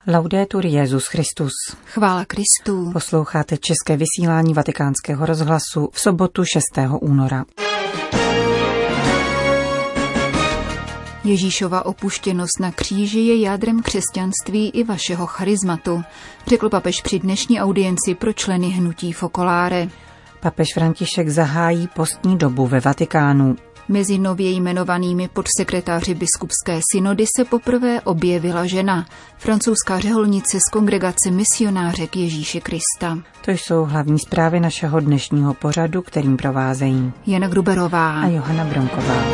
Laudetur Jesus Christus. Chvála Kristu. Posloucháte české vysílání Vatikánského rozhlasu v sobotu 6. února. Ježíšova opuštěnost na kříži je jádrem křesťanství i vašeho charizmatu, řekl papež při dnešní audienci pro členy hnutí Focolare. Papež František zahájí postní dobu ve Vatikánu. Mezi nově jmenovanými podsekretáři biskupské synody se poprvé objevila žena, francouzská řeholnice z kongregace misionářek Ježíše Krista. To jsou hlavní zprávy našeho dnešního pořadu, kterým provázejí Jana Gruberová a Johana Bronková.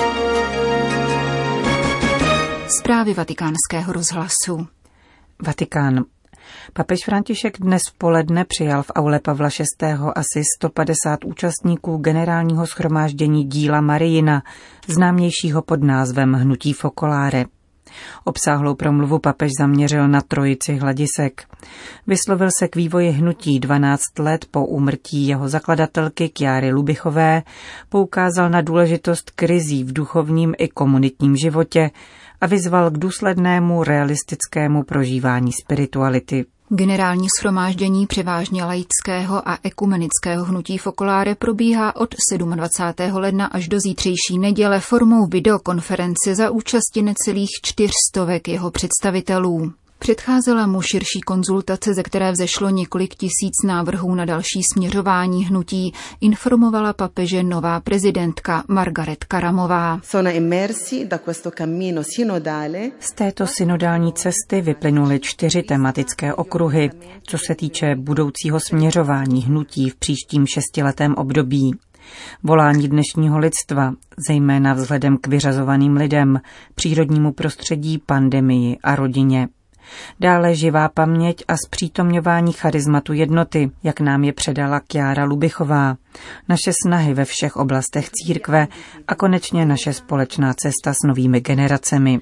Zprávy Vatikánského rozhlasu. Vatikán. Papež František dnes v poledne přijal v aule Pavla VI. Asi 150 účastníků generálního shromáždění díla Marijina, známějšího pod názvem Hnutí Focolare. Obsáhlou promluvu papež zaměřil na trojici hledisek. Vyslovil se k vývoji hnutí 12 let po úmrtí jeho zakladatelky Chiary Lubichové, poukázal na důležitost krizí v duchovním i komunitním životě a vyzval k důslednému realistickému prožívání spirituality. Generální shromáždění převážně laického a ekumenického hnutí Focolare probíhá od 27. ledna až do zítřejší neděle formou videokonference za účasti necelých 400 jeho představitelů. Předcházela mu širší konzultace, ze které vzešlo několik tisíc návrhů na další směřování hnutí, informovala papeže nová prezidentka Margaret Karamová. Z této synodální cesty vyplynuly 4 tematické okruhy, co se týče budoucího směřování hnutí v příštím 6letém období. Volání dnešního lidstva, zejména vzhledem k vyřazovaným lidem, přírodnímu prostředí, pandemii a rodině. Dále živá paměť a zpřítomňování charizmatu jednoty, jak nám je předala Chiara Lubichová. Naše snahy ve všech oblastech církve a konečně naše společná cesta s novými generacemi.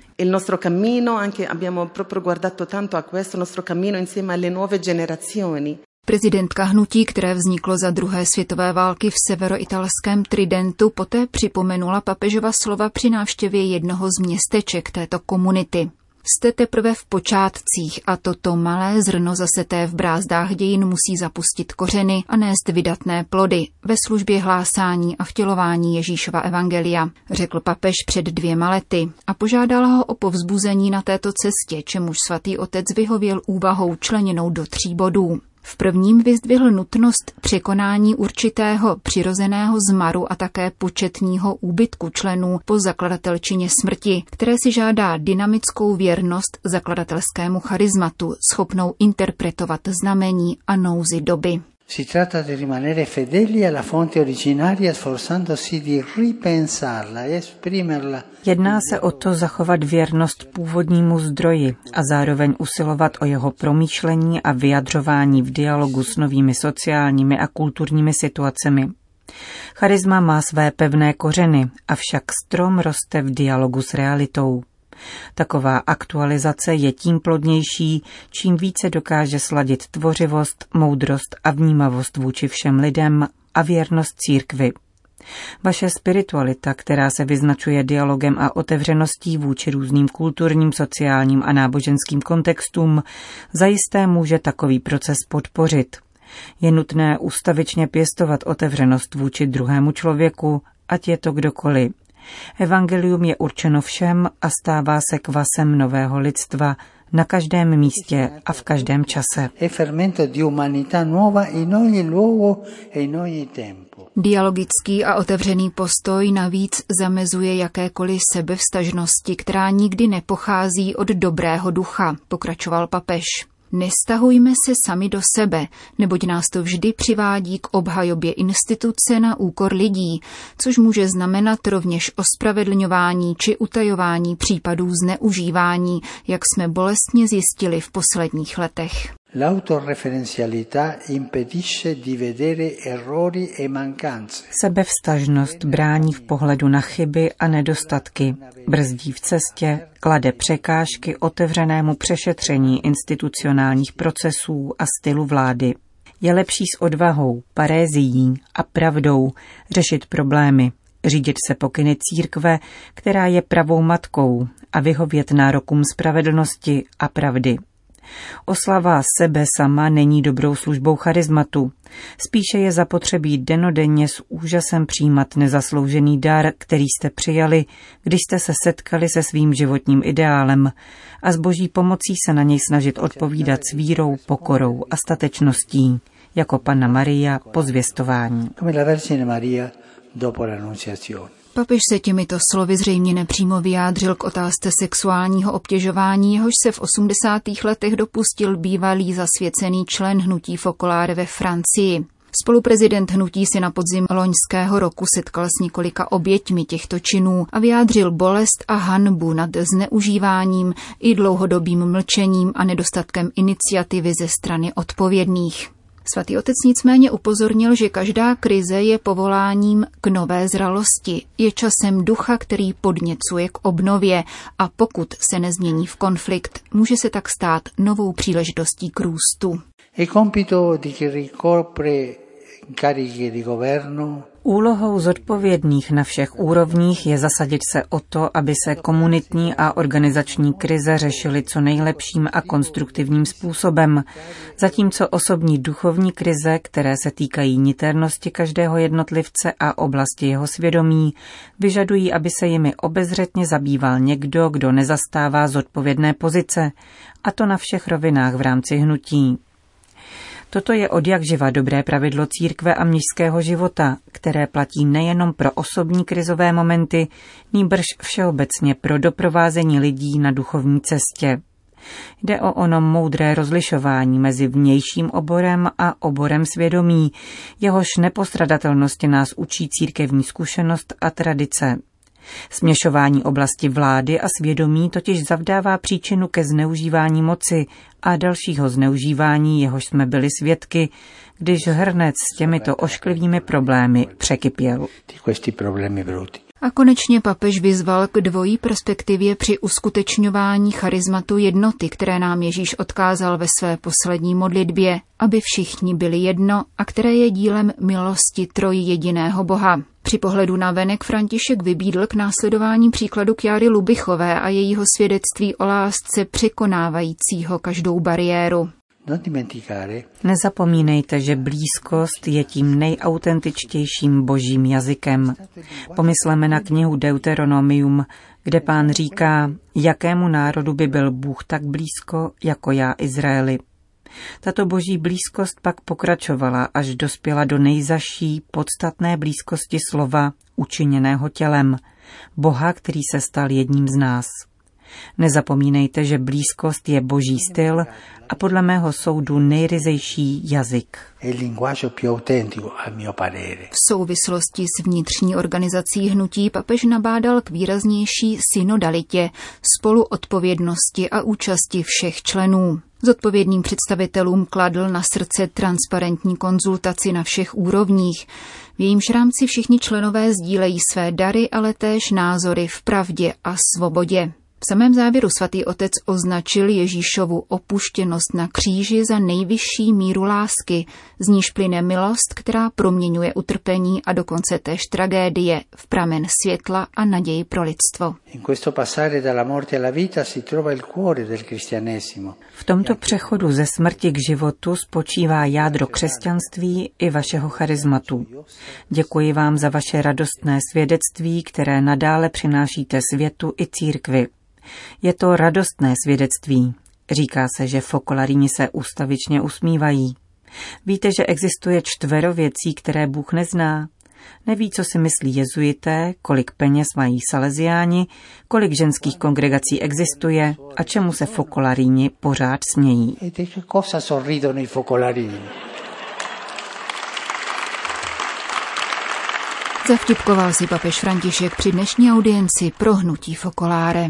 Prezidentka hnutí, které vzniklo za druhé světové války v severoitalském Tridentu, poté připomenula papežova slova při návštěvě jednoho z městeček této komunity. Jste teprve v počátcích a toto malé zrno zaseté v brázdách dějin musí zapustit kořeny a nést vydatné plody ve službě hlásání a vtělování Ježíšova evangelia, řekl papež před 2 lety a požádal ho o povzbuzení na této cestě, čemuž svatý otec vyhověl úvahou členěnou do 3 bodů. V prvním vyzdvihl nutnost překonání určitého přirozeného zmaru a také početního úbytku členů po zakladatelčině smrti, které si žádá dynamickou věrnost zakladatelskému charizmatu, schopnou interpretovat znamení a nouzi doby. Si tratta di rimanere fedeli alla fonte originaria sforzandosi di ripensarla e esprimerla. Jedná se o to zachovat věrnost původnímu zdroji a zároveň usilovat o jeho promýšlení a vyjadřování v dialogu s novými sociálními a kulturními situacemi. Charisma má své pevné kořeny, avšak strom roste v dialogu s realitou. Taková aktualizace je tím plodnější, čím více dokáže sladit tvořivost, moudrost a vnímavost vůči všem lidem a věrnost církvi. Vaše spiritualita, která se vyznačuje dialogem a otevřeností vůči různým kulturním, sociálním a náboženským kontextům, zajisté může takový proces podpořit. Je nutné ustavičně pěstovat otevřenost vůči druhému člověku, ať je to kdokoliv. Evangelium je určeno všem a stává se kvasem nového lidstva na každém místě a v každém čase. Dialogický a otevřený postoj navíc zamezuje jakékoliv sebevztažnosti, která nikdy nepochází od dobrého ducha, pokračoval papež. Nestahujme se sami do sebe, neboť nás to vždy přivádí k obhajobě instituce na úkor lidí, což může znamenat rovněž ospravedlňování či utajování případů zneužívání, jak jsme bolestně zjistili v posledních letech. L'autoreferenzialità impedisce di vedere errori e mancanze. Sebevztažnost brání v pohledu na chyby a nedostatky, brzdí v cestě, klade překážky otevřenému přešetření institucionálních procesů a stylu vlády. Je lepší s odvahou, parézií a pravdou řešit problémy, řídit se pokyny církve, která je pravou matkou, a vyhovět nárokům spravedlnosti a pravdy. Oslava sebe sama není dobrou službou charizmatu. Spíše je zapotřebí dennodenně s úžasem přijímat nezasloužený dar, který jste přijali, když jste se setkali se svým životním ideálem a s Boží pomocí se na něj snažit odpovídat s vírou, pokorou a statečností, jako Panna Maria po zvěstování. Papež se těmito slovy zřejmě nepřímo vyjádřil k otázce sexuálního obtěžování, jehož se v 80. letech dopustil bývalý zasvěcený člen hnutí Focolare ve Francii. Spoluprezident hnutí si na podzim loňského roku setkal s několika oběťmi těchto činů a vyjádřil bolest a hanbu nad zneužíváním i dlouhodobým mlčením a nedostatkem iniciativy ze strany odpovědných. Svatý otec nicméně upozornil, že každá krize je povoláním k nové zralosti, je časem ducha, který podněcuje k obnově a pokud se nezmění v konflikt, může se tak stát novou příležitostí k růstu. Úlohou zodpovědných na všech úrovních je zasadit se o to, aby se komunitní a organizační krize řešily co nejlepším a konstruktivním způsobem, zatímco osobní duchovní krize, které se týkají niternosti každého jednotlivce a oblasti jeho svědomí, vyžadují, aby se jimi obezřetně zabýval někdo, kdo nezastává zodpovědné pozice, a to na všech rovinách v rámci hnutí. Toto je odjakživa dobré pravidlo církve a mnišského života, které platí nejenom pro osobní krizové momenty, nýbrž všeobecně pro doprovázení lidí na duchovní cestě. Jde o ono moudré rozlišování mezi vnějším oborem a oborem svědomí, jehož nepostradatelnosti nás učí církevní zkušenost a tradice. Směšování oblasti vlády a svědomí totiž zavdává příčinu ke zneužívání moci a dalšího zneužívání, jehož jsme byli svědky, když hrnec s těmito ošklivými problémy překypěl. A konečně papež vyzval k dvojí perspektivě při uskutečňování charizmatu jednoty, které nám Ježíš odkázal ve své poslední modlitbě, aby všichni byli jedno a které je dílem milosti trojjediného Boha. Při pohledu na venek František vybídl k následování příkladu Chiary Lubichové a jejího svědectví o lásce překonávajícího každou bariéru. Nezapomínejte, že blízkost je tím nejautentičtějším božím jazykem. Pomysleme na knihu Deuteronomium, kde Pán říká, jakému národu by byl Bůh tak blízko, jako já Izraeli. Tato boží blízkost pak pokračovala, až dospěla do nejzaší podstatné blízkosti slova učiněného tělem, Boha, který se stal jedním z nás. Nezapomínejte, že blízkost je boží styl a podle mého soudu nejryzejší jazyk. V souvislosti s vnitřní organizací hnutí papež nabádal k výraznější synodalitě, spoluodpovědnosti a účasti všech členů. Zodpovědným představitelům kladl na srdce transparentní konzultaci na všech úrovních, v jejímž rámci všichni členové sdílejí své dary, ale též názory v pravdě a svobodě. V samém závěru svatý otec označil Ježíšovu opuštěnost na kříži za nejvyšší míru lásky, z níž plyne milost, která proměňuje utrpení a dokonce též tragédie v pramen světla a naději pro lidstvo. V tomto přechodu ze smrti k životu spočívá jádro křesťanství i vašeho charizmatu. Děkuji vám za vaše radostné svědectví, které nadále přinášíte světu i církvi. Je to radostné svědectví. Říká se, že Focolarini se ustavičně usmívají. Víte, že existuje 4 věcí, které Bůh nezná? Neví, co si myslí jezuité, kolik peněz mají saleziáni, kolik ženských kongregací existuje a čemu se Focolarini pořád smějí. Zavtipkoval si papež František při dnešní audienci pro hnutí Focolare.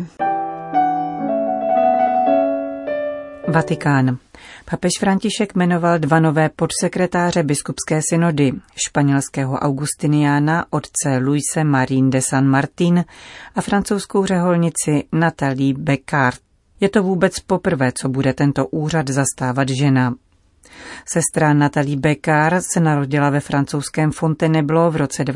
Vatikán. Papež František jmenoval 2 nové podsekretáře biskupské synody, španělského augustiniána otce Luise Marín de San Martín a francouzskou řeholnici Nathalie Beccard. Je to vůbec poprvé, co bude tento úřad zastávat žena. Sestra Nathalie Beccard se narodila ve francouzském Fontainebleau v roce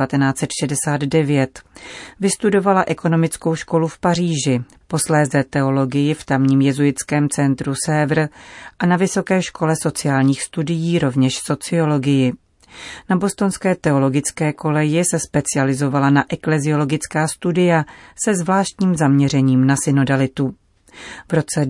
1969. Vystudovala ekonomickou školu v Paříži, posléze teologii v tamním jezuitském centru Sèvres a na Vysoké škole sociálních studií rovněž sociologii. Na bostonské teologické koleji se specializovala na ekleziologická studia se zvláštním zaměřením na synodalitu. V roce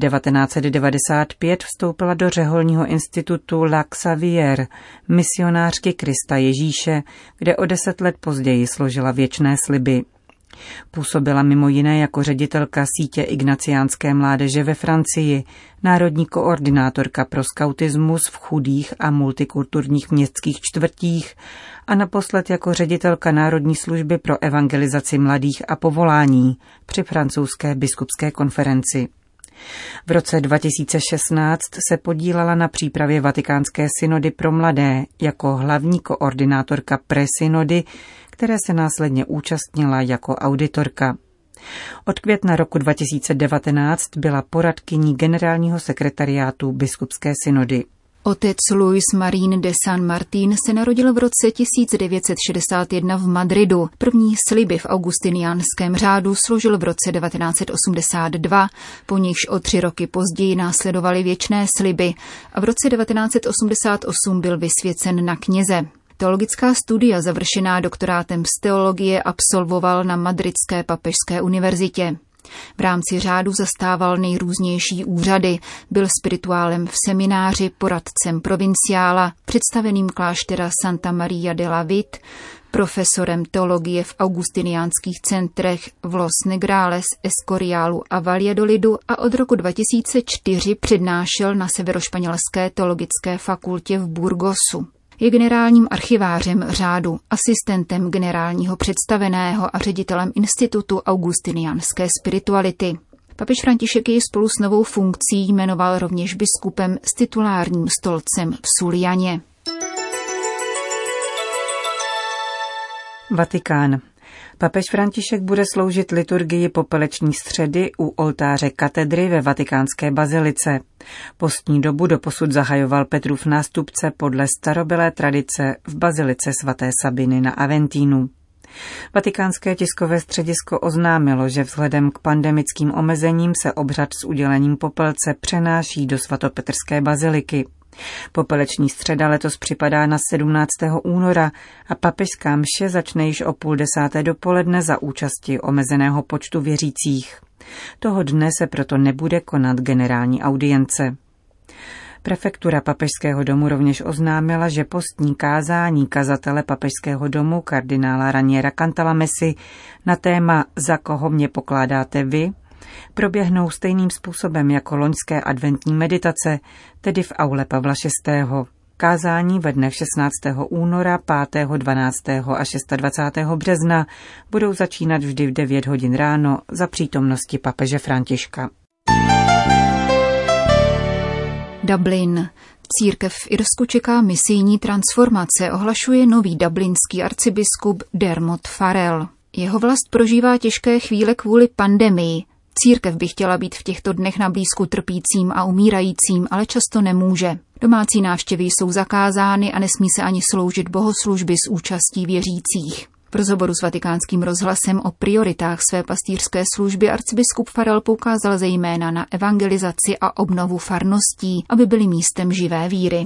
1995 vstoupila do řeholního institutu La Xavier, misionářky Krista Ježíše, kde o 10 let později složila věčné sliby. Působila mimo jiné jako ředitelka sítě ignaciánské mládeže ve Francii, národní koordinátorka pro skautismus v chudých a multikulturních městských čtvrtích a naposled jako ředitelka Národní služby pro evangelizaci mladých a povolání při francouzské biskupské konferenci. V roce 2016 se podílela na přípravě Vatikánské synody pro mladé jako hlavní koordinátorka presynody, které se následně účastnila jako auditorka. Od května roku 2019 byla poradkyní generálního sekretariátu biskupské synody. Otec Luis Marín de San Martín se narodil v roce 1961 v Madridu. První sliby v augustiniánském řádu složil v roce 1982, po nichž o 3 roky později následovaly věčné sliby a v roce 1988 byl vysvěcen na kněze. Teologická studia završená doktorátem z teologie absolvoval na Madridské papežské univerzitě. V rámci řádu zastával nejrůznější úřady, byl spirituálem v semináři, poradcem provinciála, představeným kláštera Santa Maria de la Vid, profesorem teologie v augustiniánských centrech v Los Negrales, Escorialu a Valladolidu a od roku 2004 přednášel na severošpanělské teologické fakultě v Burgosu. Je generálním archivářem řádu, asistentem generálního představeného a ředitelem Institutu augustiniánské spirituality. Papež František jej spolu s novou funkcí jmenoval rovněž biskupem s titulárním stolcem v Sulianě. Vatikán. Papež František bude sloužit liturgii popeleční středy u oltáře katedry ve vatikánské bazilice. Postní dobu doposud zahajoval Petrův nástupce podle starobylé tradice v bazilice svaté Sabiny na Aventínu. Vatikánské tiskové středisko oznámilo, že vzhledem k pandemickým omezením se obřad s udělením popelce přenáší do svatopetrské baziliky. Popeleční středa letos připadá na 17. února a papežská mše začne již o 9:30 dopoledne za účasti omezeného počtu věřících. Toho dne se proto nebude konat generální audience. Prefektura Papežského domu rovněž oznámila, že postní kázání kazatele Papežského domu kardinála Raniera Cantalamessy na téma Za koho mě pokládáte vy proběhnou stejným způsobem jako loňské adventní meditace, tedy v aule Pavla VI. Kázání ve dnech 16. února, 5., 12. a 26. března budou začínat vždy v 9 hodin ráno za přítomnosti papeže Františka. Dublin. Církev v Irsku čeká misijní transformace, ohlašuje nový dublinský arcibiskup Dermot Farrell. Jeho vlast prožívá těžké chvíle kvůli pandemii. Církev by chtěla být v těchto dnech na blízku trpícím a umírajícím, ale často nemůže. Domácí návštěvy jsou zakázány a nesmí se ani sloužit bohoslužby s účastí věřících. V rozhovoru s Vatikánským rozhlasem o prioritách své pastýřské služby arcibiskup Farrell poukázal zejména na evangelizaci a obnovu farností, aby byly místem živé víry.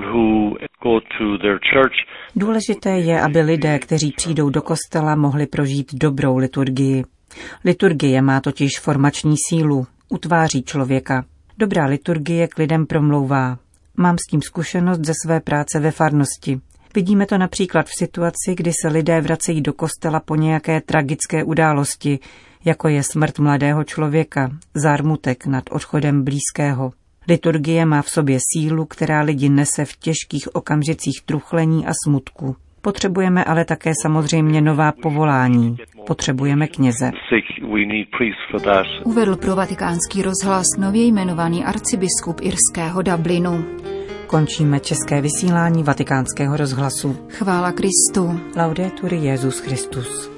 Důležité je, aby lidé, kteří přijdou do kostela, mohli prožít dobrou liturgii. Liturgie má totiž formační sílu, utváří člověka. Dobrá liturgie k lidem promlouvá. Mám s tím zkušenost ze své práce ve farnosti. Vidíme to například v situaci, kdy se lidé vracejí do kostela po nějaké tragické události, jako je smrt mladého člověka, zármutek nad odchodem blízkého. Liturgie má v sobě sílu, která lidi nese v těžkých okamžicích truchlení a smutku. Potřebujeme ale také samozřejmě nová povolání. Potřebujeme kněze. Uvedl pro Vatikánský rozhlas nově jmenovaný arcibiskup irského Dublinu. Končíme české vysílání Vatikánského rozhlasu. Chvála Kristu. Laudetur Jesus Christus.